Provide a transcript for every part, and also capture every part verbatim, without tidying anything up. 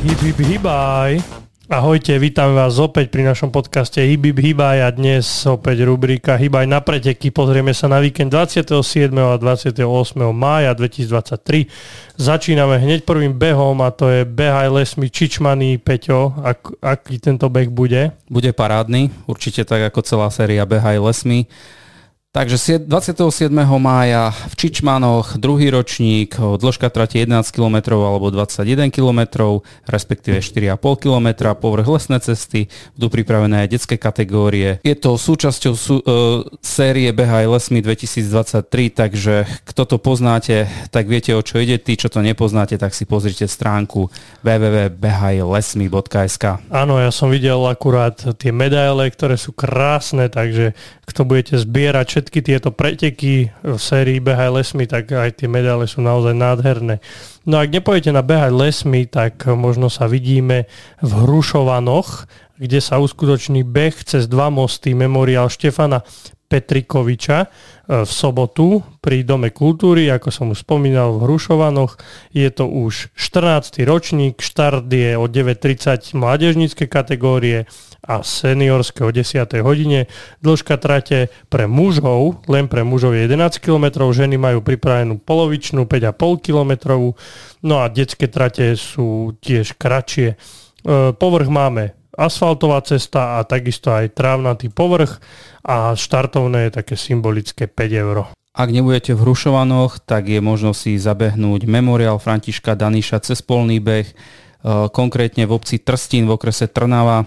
Hip, hip, hibaj. Ahojte, vítam vás opäť pri našom podcaste Hip, hip, hibaj a dnes opäť rubrika Hibaj na preteky. Pozrieme sa na víkend dvadsiateho siedmeho a dvadsiateho ôsmeho mája dvetisícdvadsaťtri. Začíname hneď prvým behom a to je Behaj lesmi Čičmany. Peťo, ak, aký tento beh bude? Bude parádny, určite tak ako celá séria Behaj lesmi. Takže dvadsiateho siedmeho mája v Čičmanoch, druhý ročník, dĺžka trate jedenásť kilometrov alebo dvadsaťjeden kilometrov, respektíve štyri a pol kilometra, povrch lesné cesty, budú pripravené aj detské kategórie. Je to súčasťou sú, uh, série Behaj lesmi dvetisícdvadsaťtri, takže kto to poznáte, tak viete, o čo ide. Tí, čo to nepoznáte, tak si pozrite stránku w w w bodka behaj lesmi bodka es ká. Áno, ja som videl akurát tie medaile, ktoré sú krásne, takže kto budete zbierať všetky tieto preteky v sérii Behaj lesmi, tak aj tie medaile sú naozaj nádherné. No ak nepojete na Behaj lesmi, tak možno sa vidíme v Hrušovanoch, kde sa uskutoční beh cez dva mosty Memoriál Štefana Petrikoviča v sobotu pri Dome kultúry, ako som už spomínal, v Hrušovanoch. Je to už štrnásty ročník, štart je o deväť tridsať mládežnícke kategórie a seniorské o desiatej hodine. Dĺžka trate pre mužov, len pre mužov je jedenásť kilometrov, ženy majú pripravenú polovičnú päť a pol kilometrovú, no a detské trate sú tiež kratšie. E, povrch máme asfaltová cesta a takisto aj trávnatý povrch a štartovné je také symbolické päť eur. Ak nebudete v Hrušovanoch, tak je možno si zabehnúť Memoriál Františka Daniša cez polný beh, e, konkrétne v obci Trstín v okrese Trnava,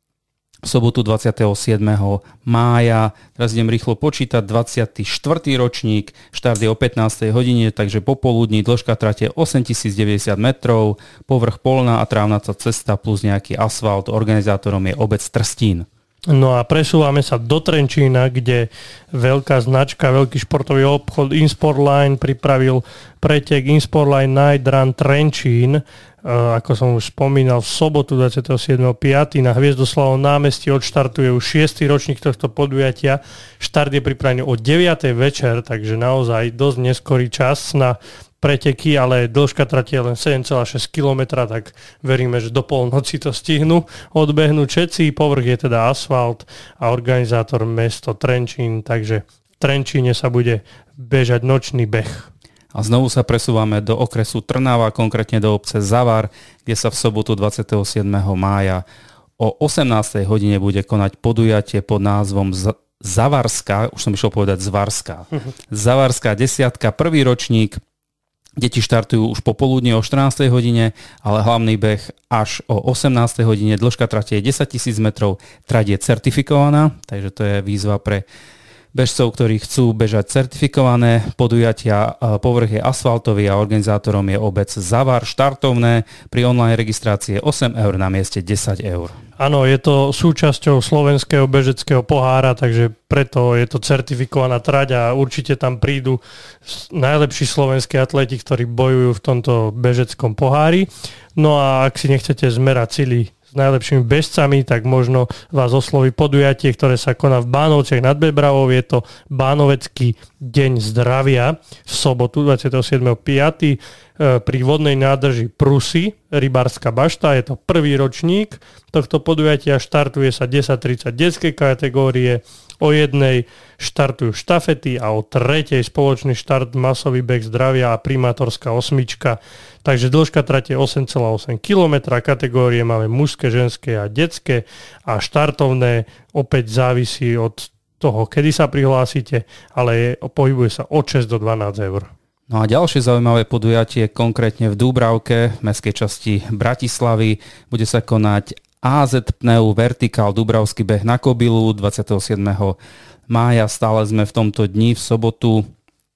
v sobotu dvadsiateho siedmeho mája. Teraz idem rýchlo počítať, dvadsiaty štvrtý ročník, štart je o pätnástej hodine, takže popoludní, dĺžka trate osemtisícdeväťdesiat metrov, povrch polná a trávnatá cesta plus nejaký asfalt. Organizátorom je obec Trstín. No a presúvame sa do Trenčína, kde veľká značka, veľký športový obchod Insportline pripravil pretek Insportline Night Run Trenčín. Ako som už spomínal, v sobotu dvadsiateho siedmeho piateho na Hviezdoslavom námestí odštartuje už šiesty ročník tohto podujatia. Štart je pripravený o deviatej večer, takže naozaj dosť neskorý čas na preteky, ale dĺžka trate je len sedem celá šesť kilometra, tak veríme, že do polnoci to stihnú odbehnúť všetci. Povrch je teda asfalt a organizátor mesto Trenčín, takže v Trenčíne sa bude bežať nočný beh. A znovu sa presúvame do okresu Trnava, konkrétne do obce Zavar, kde sa v sobotu dvadsiateho siedmeho mája o osemnástej hodine bude konať podujatie pod názvom Z- Zavarská, už som išiel povedať Zvarská. Zavarská desiatka, prvý ročník. Deti štartujú už popoludne o štrnástej hodine, ale hlavný beh až o osemnástej hodine. Dĺžka trate je desaťtisíc metrov, trať je certifikovaná, takže to je výzva pre bežcov, ktorí chcú bežať certifikované podujatia. Povrch je asfaltový a organizátorom je obec Zavar. Štartovné pri online registrácii osem eur na mieste desať eur. Áno, je to súčasťou slovenského bežeckého pohára, takže preto je to certifikovaná trať a určite tam prídu najlepší slovenskí atleti, ktorí bojujú v tomto bežeckom pohári. No a ak si nechcete zmerať sily s najlepšími bežcami, tak možno vás osloví podujatie, ktoré sa koná v Bánovciach nad Bebravou. Je to Bánovecký deň zdravia v sobotu dvadsiateho siedmeho piateho pri vodnej nádrži Prusy, Rybárska bašta. Je to prvý ročník tohto podujatia. Štartuje sa desať tridsať detské kategórie, o jednej štartujú štafety a o tretej spoločný štart masový beh zdravia a primátorská osmička. Takže dĺžka trate osem celá osem kilometra, kategórie máme mužské, ženské a detské a štartovné opäť závisí od toho, kedy sa prihlásite, ale je, pohybuje sa od šesť do dvanásť eur. No a ďalšie zaujímavé podujatie, konkrétne v Dúbravke, v mestskej časti Bratislavy, bude sa konať á zet Pneu Vertikál Dúbravský beh na Kobylu dvadsiateho siedmeho mája. Stále sme v tomto dni v sobotu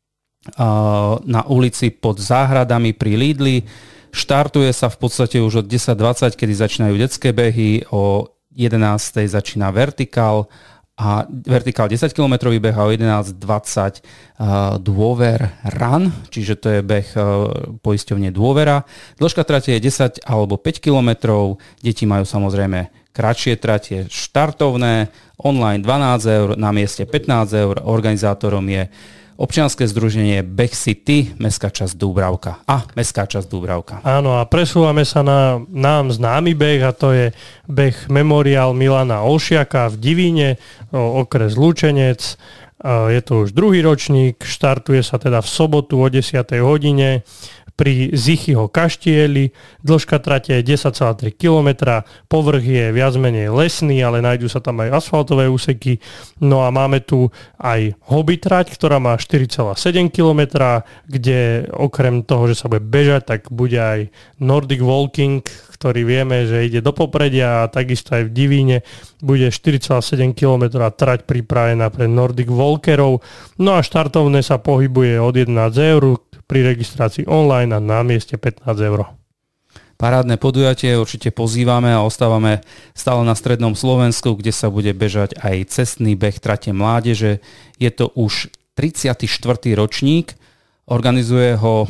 na ulici pod záhradami pri Lidli. Štartuje sa v podstate už od desať dvadsať, kedy začínajú detské behy, o jedenástej začína Vertikál a Vertikál desať kilometrový beh a o jedenásť dvadsať uh, Dôver Run, čiže to je beh uh, poisťovne Dôvera. Dĺžka trate je desať alebo päť kilometrov, deti majú samozrejme kratšie trate, štartovné, online dvanásť eur, na mieste pätnásť eur, organizátorom je občianske združenie Beh si ty, mestská časť Dúbravka a mestská časť Dúbravka. Áno, a presúvame sa na nám známy beh a to je beh Memoriál Milana Olšiaka v Divíne, okres Lučenec. Je to už druhý ročník, štartuje sa teda v sobotu o desiatej hodine pri Zichyho kaštieli. Dĺžka trate je desať celá tri kilometra, povrch je viac menej lesný, ale nájdú sa tam aj asfaltové úseky. No a máme tu aj hobby trať, ktorá má štyri celá sedem kilometra, kde okrem toho, že sa bude bežať, tak bude aj Nordic Walking, ktorý vieme, že ide do popredia, a takisto aj v Divíne bude štyri celá sedem kilometra trať pripravená pre Nordic Walkerov. No a štartovné sa pohybuje od jedenásť eur, pri registrácii online a na mieste pätnásť eur. Parádne podujatie určite pozývame a ostávame stále na strednom Slovensku, kde sa bude bežať aj cestný beh trate mládeže. Je to už tridsiaty štvrtý ročník. Organizuje ho uh,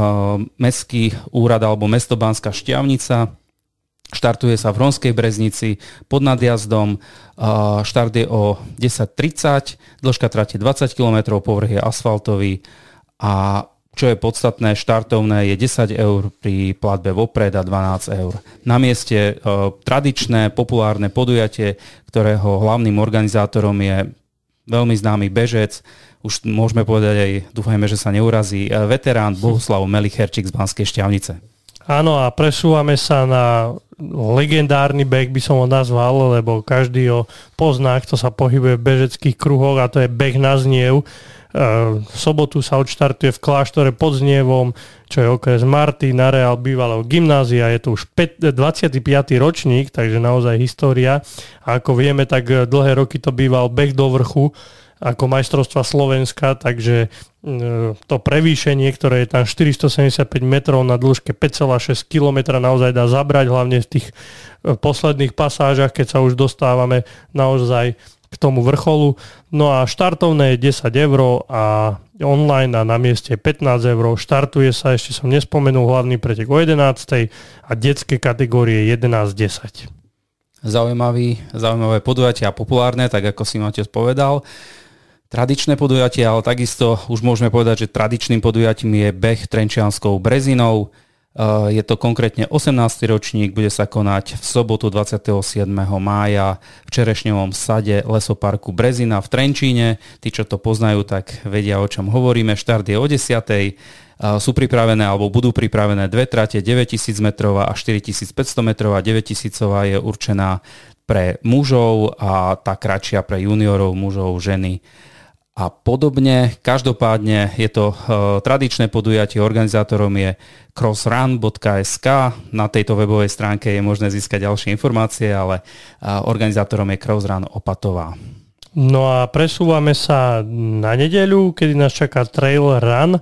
Mestský úrad alebo mesto Banská Štiavnica. Štartuje sa v Hronskej Breznici pod nadjazdom. Uh, štart je o desať tridsať, dĺžka trate dvadsať kilometrov, povrch je asfaltový a čo je podstatné, štartovné je desať eur pri platbe vopred a dvanásť eur. Na mieste e, tradičné, populárne podujatie, ktorého hlavným organizátorom je veľmi známy bežec, už môžeme povedať aj, dúfajme, že sa neurazí, veterán Bohuslav Melicherčík z Banskej Štiavnice. Áno, a presúvame sa na legendárny beh, by som ho nazval, lebo každý ho pozná, kto sa pohybuje v bežeckých kruhoch, a to je beh na Zniev. V sobotu sa odštartuje v kláštore pod Znievom, čo je okres Martin, areál bývalého gymnázia. Je to už dvadsiaty piaty ročník, takže naozaj história. A ako vieme, tak dlhé roky to býval beh do vrchu ako majstrovstva Slovenska, takže to prevýšenie, ktoré je tam štyristosedemdesiatpäť metrov na dĺžke päť celá šesť kilometra, naozaj dá zabrať, hlavne v tých posledných pasážach, keď sa už dostávame naozaj k tomu vrcholu. No a štartovné je desať eur a online a na mieste pätnásť eur. Štartuje sa, ešte som nespomenul, hlavný pretek o jedenástej a detské kategórie jedenásť desať. Zaujímavý, zaujímavé podujatie a populárne, tak ako si Matej povedal. Tradičné podujatie, ale takisto už môžeme povedať, že tradičným podujatím je beh Trenčianskou Brezinou. Je to konkrétne osemnásty ročník, bude sa konať v sobotu dvadsiateho siedmeho mája v Čerešňovom sade Lesoparku Brezina v Trenčíne. Tí, čo to poznajú, tak vedia, o čom hovoríme. Štart je o desiatej. Sú pripravené alebo budú pripravené dve trate, deväťtisíc metrová a štyritisícpäťsto metrová. deväťtisícová je určená pre mužov a tá kratšia pre juniorov, mužov, ženy a podobne. Každopádne je to uh, tradičné podujatie, organizátorom je crossrun bodka es ká. Na tejto webovej stránke je možné získať ďalšie informácie, ale uh, organizátorom je Crossrun Opatová. No a presúvame sa na nedeľu, kedy nás čaká Trail Run.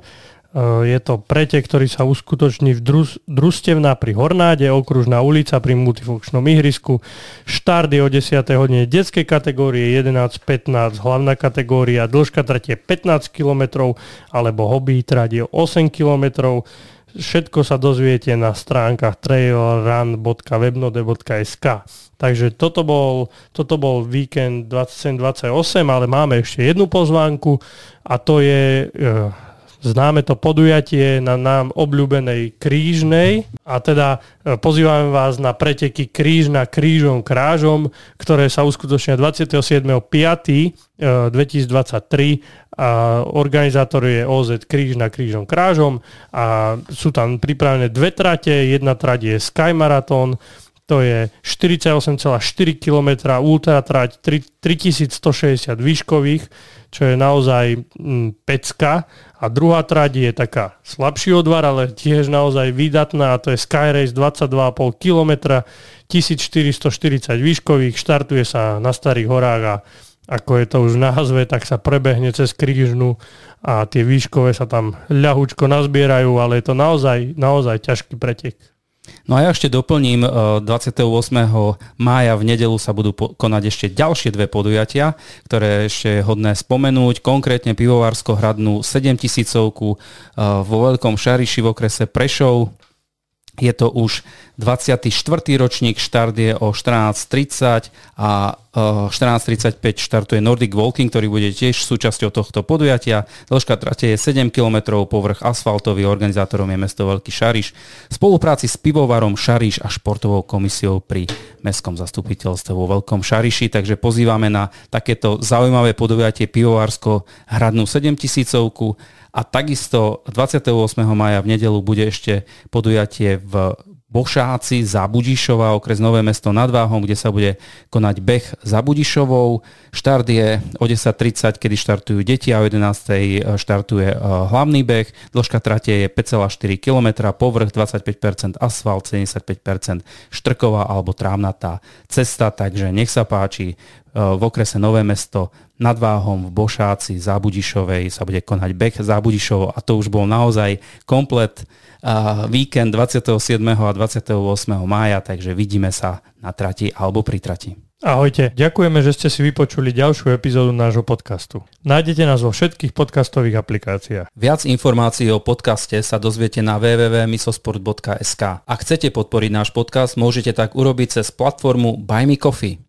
Je to pretek, ktorý sa uskutoční v Drus- Družstevná pri Hornáde, okružná ulica pri multifunkčnom ihrisku. Štart je o desiatej hodine detskej kategórie, jedenásť pätnásť hlavná kategória, dĺžka trate pätnásť kilometrov, alebo hobby trať je osem kilometrov. Všetko sa dozviete na stránkach trailrun bodka webnode bodka es ká. Takže toto bol, toto bol víkend dvadsaťsedem dvadsaťosem, ale máme ešte jednu pozvánku a to je... E, Známe to podujatie na nám obľúbenej Krížnej a teda pozývame vás na preteky Krížna krížom krážom, ktoré sa uskutočnia dvadsiateho siedmeho piateho dvetisícdvadsaťtri a organizátor je ó zet Krížna krížom krážom a sú tam pripravené dve trate, jedna trať je Sky Marathon, to je štyridsaťosem celá štyri kilometra, ultra trať tritisícstošesťdesiat výškových, čo je naozaj mm, pecka. A druhá trať je taká slabší odvar, ale tiež naozaj výdatná, a to je Sky Race dvadsaťdva celá päť kilometra, tisícštyristoštyridsať výškových, štartuje sa na Starých horách a ako je to už v názve, tak sa prebehne cez Krížnu a tie výškové sa tam ľahučko nazbierajú, ale je to naozaj, naozaj ťažký pretek. No a ja ešte doplním, dvadsiateho ôsmeho mája v nedeľu sa budú konať ešte ďalšie dve podujatia, ktoré ešte je hodné spomenúť, konkrétne Pivovarsko-hradnú sedemtisícovku vo Veľkom Šariši v okrese Prešov. Je to už dvadsiaty štvrtý ročník, štart je o štrnásť tridsať a štrnásť tridsaťpäť štartuje Nordic Walking, ktorý bude tiež súčasťou tohto podujatia. Dĺžka trate je sedem kilometrov, povrch asfaltový, organizátorom je mesto Veľký Šariš. V spolupráci s pivovarom Šariš a športovou komisiou pri mestskom zastupiteľstve vo Veľkom Šariši, takže pozývame na takéto zaujímavé podujatie Pivovarsko hradnú sedemtisícovku. A takisto dvadsiateho ôsmeho mája v nedeľu bude ešte podujatie v Bošáci za Budišova, okres Nové Mesto nad Váhom, kde sa bude konať beh za Budišovou. Štart je o desať tridsať, kedy štartujú deti a o jedenástej štartuje hlavný beh. Dĺžka trate je päť celá štyri kilometra, povrch dvadsaťpäť percent asfalt, sedemdesiatpäť percent štrková alebo trávnatá cesta, takže nech sa páči. V okrese Nové Mesto nad Váhom v Bošáci za Budišovej sa bude konať beh za Budišovou a to už bol naozaj komplet víkend dvadsiateho siedmeho a dvadsiateho ôsmeho mája, takže vidíme sa na trati alebo pri trati. Ahojte, ďakujeme, že ste si vypočuli ďalšiu epizódu nášho podcastu. Nájdete nás vo všetkých podcastových aplikáciách. Viac informácií o podcaste sa dozviete na w w w bodka misosport bodka es ka. Ak chcete podporiť náš podcast, môžete tak urobiť cez platformu Buy Me Coffee.